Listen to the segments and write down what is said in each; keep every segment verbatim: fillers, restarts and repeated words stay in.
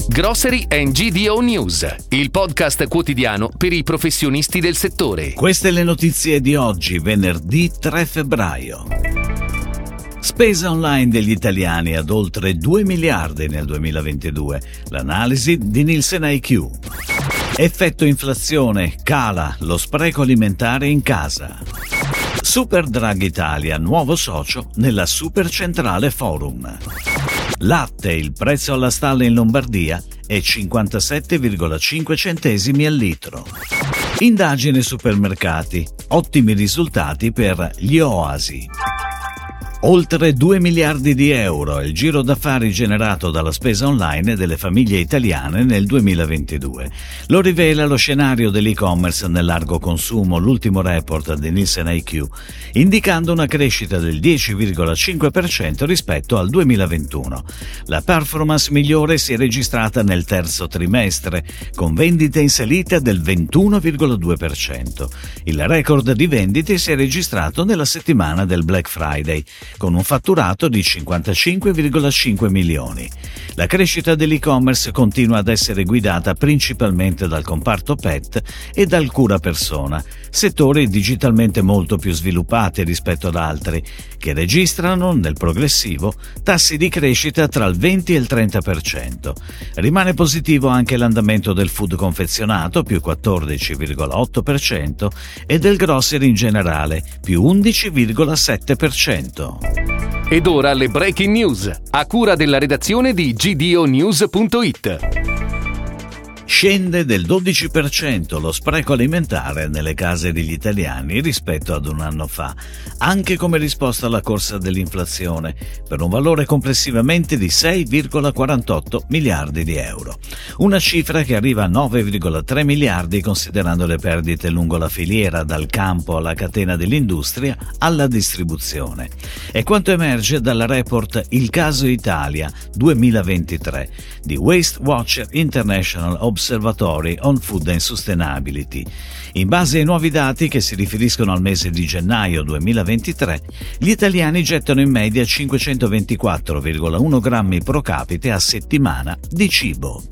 Grocery and G D O News, il podcast quotidiano per i professionisti del settore. Queste le notizie di oggi, venerdì tre febbraio. Spesa online degli italiani ad oltre due miliardi nel duemilaventidue. L'analisi di Nielsen I Q. Effetto inflazione, cala lo spreco alimentare in casa. Superdrug Italia, nuovo socio nella Supercentrale Forum. Latte, il prezzo alla stalla in Lombardia è cinquantasette virgola cinque centesimi al litro. Indagine supermercati, ottimi risultati per gli Oasi. Oltre due miliardi di euro è il giro d'affari generato dalla spesa online delle famiglie italiane nel duemilaventidue. Lo rivela lo scenario dell'e-commerce nel largo consumo, l'ultimo report di Nielsen I Q, indicando una crescita del dieci virgola cinque per cento rispetto al duemilaventuno. La performance migliore si è registrata nel terzo trimestre, con vendite in salita del ventuno virgola due per cento. Il record di vendite si è registrato nella settimana del Black Friday, con un fatturato di cinquantacinque virgola cinque milioni. La crescita dell'e-commerce continua ad essere guidata principalmente dal comparto pet e dal cura persona, settori digitalmente molto più sviluppati rispetto ad altri, che registrano nel progressivo tassi di crescita tra il venti e il trenta per cento. Rimane positivo anche l'andamento del food confezionato, più quattordici virgola otto per cento, e del grocery in generale, più undici virgola sette per cento. Ed ora le breaking news, a cura della redazione di G D O News punto it. Scende del dodici per cento lo spreco alimentare nelle case degli italiani rispetto ad un anno fa, anche come risposta alla corsa dell'inflazione, per un valore complessivamente di sei virgola quarantotto miliardi di euro. Una cifra che arriva a nove virgola tre miliardi considerando le perdite lungo la filiera, dal campo alla catena dell'industria alla distribuzione. È quanto emerge dal report Il caso Italia duemilaventitré di Waste Watcher International Observatory on Food and Sustainability. In base ai nuovi dati che si riferiscono al mese di gennaio duemilaventitré, gli italiani gettano in media cinquecentoventiquattro virgola uno grammi pro capite a settimana di cibo.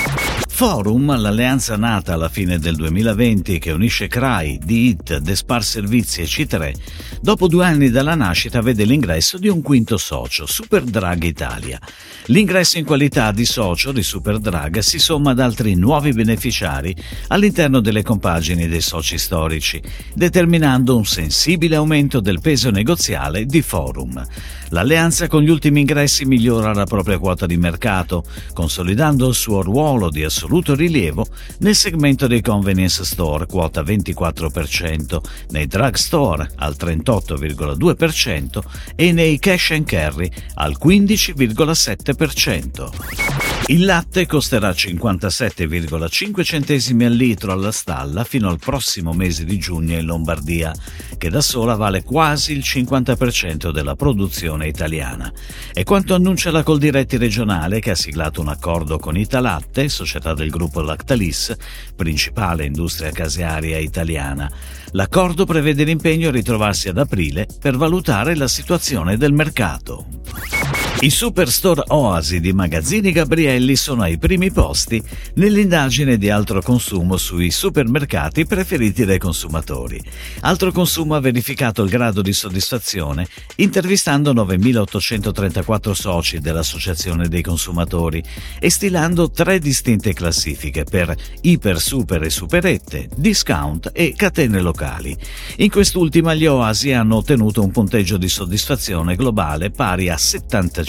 Forum, l'alleanza nata alla fine del duemilaventi che unisce C R A I, D I T, Despar Servizi e C tre, dopo due anni dalla nascita vede l'ingresso di un quinto socio, Superdrug Italia. L'ingresso in qualità di socio di Superdrug si somma ad altri nuovi beneficiari all'interno delle compagini dei soci storici, determinando un sensibile aumento del peso negoziale di Forum. L'alleanza con gli ultimi ingressi migliora la propria quota di mercato, consolidando il suo ruolo di assoluto rilievo nel segmento dei convenience store, quota ventiquattro per cento, nei drug store al trentotto virgola due per cento e nei cash and carry al quindici virgola sette per cento. Il latte costerà cinquantasette virgola cinque centesimi al litro alla stalla fino al prossimo mese di giugno in Lombardia, che da sola vale quasi il cinquanta per cento della produzione italiana. È quanto annuncia la Coldiretti regionale, che ha siglato un accordo con Italatte, società del gruppo Lactalis, principale industria casearia italiana. L'accordo prevede l'impegno a ritrovarsi ad aprile per valutare la situazione del mercato. I superstore Oasi di Magazzini Gabrielli sono ai primi posti nell'indagine di altro consumo sui supermercati preferiti dai consumatori. Altro consumo ha verificato il grado di soddisfazione intervistando novemilaottocentotrentaquattro soci dell'Associazione dei Consumatori e stilando tre distinte classifiche per iper, super e superette, discount e catene locali. In quest'ultima gli Oasi hanno ottenuto un punteggio di soddisfazione globale pari a settantacinque.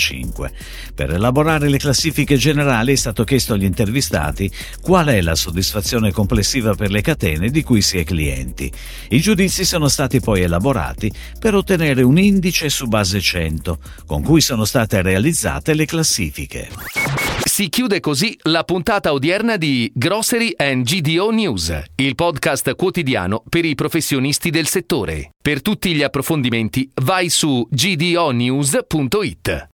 Per elaborare le classifiche generali è stato chiesto agli intervistati qual è la soddisfazione complessiva per le catene di cui si è clienti. I giudizi sono stati poi elaborati per ottenere un indice su base cento, con cui sono state realizzate le classifiche. Si chiude così la puntata odierna di Grocery and G D O News, il podcast quotidiano per i professionisti del settore. Per tutti gli approfondimenti vai su G D O News punto it.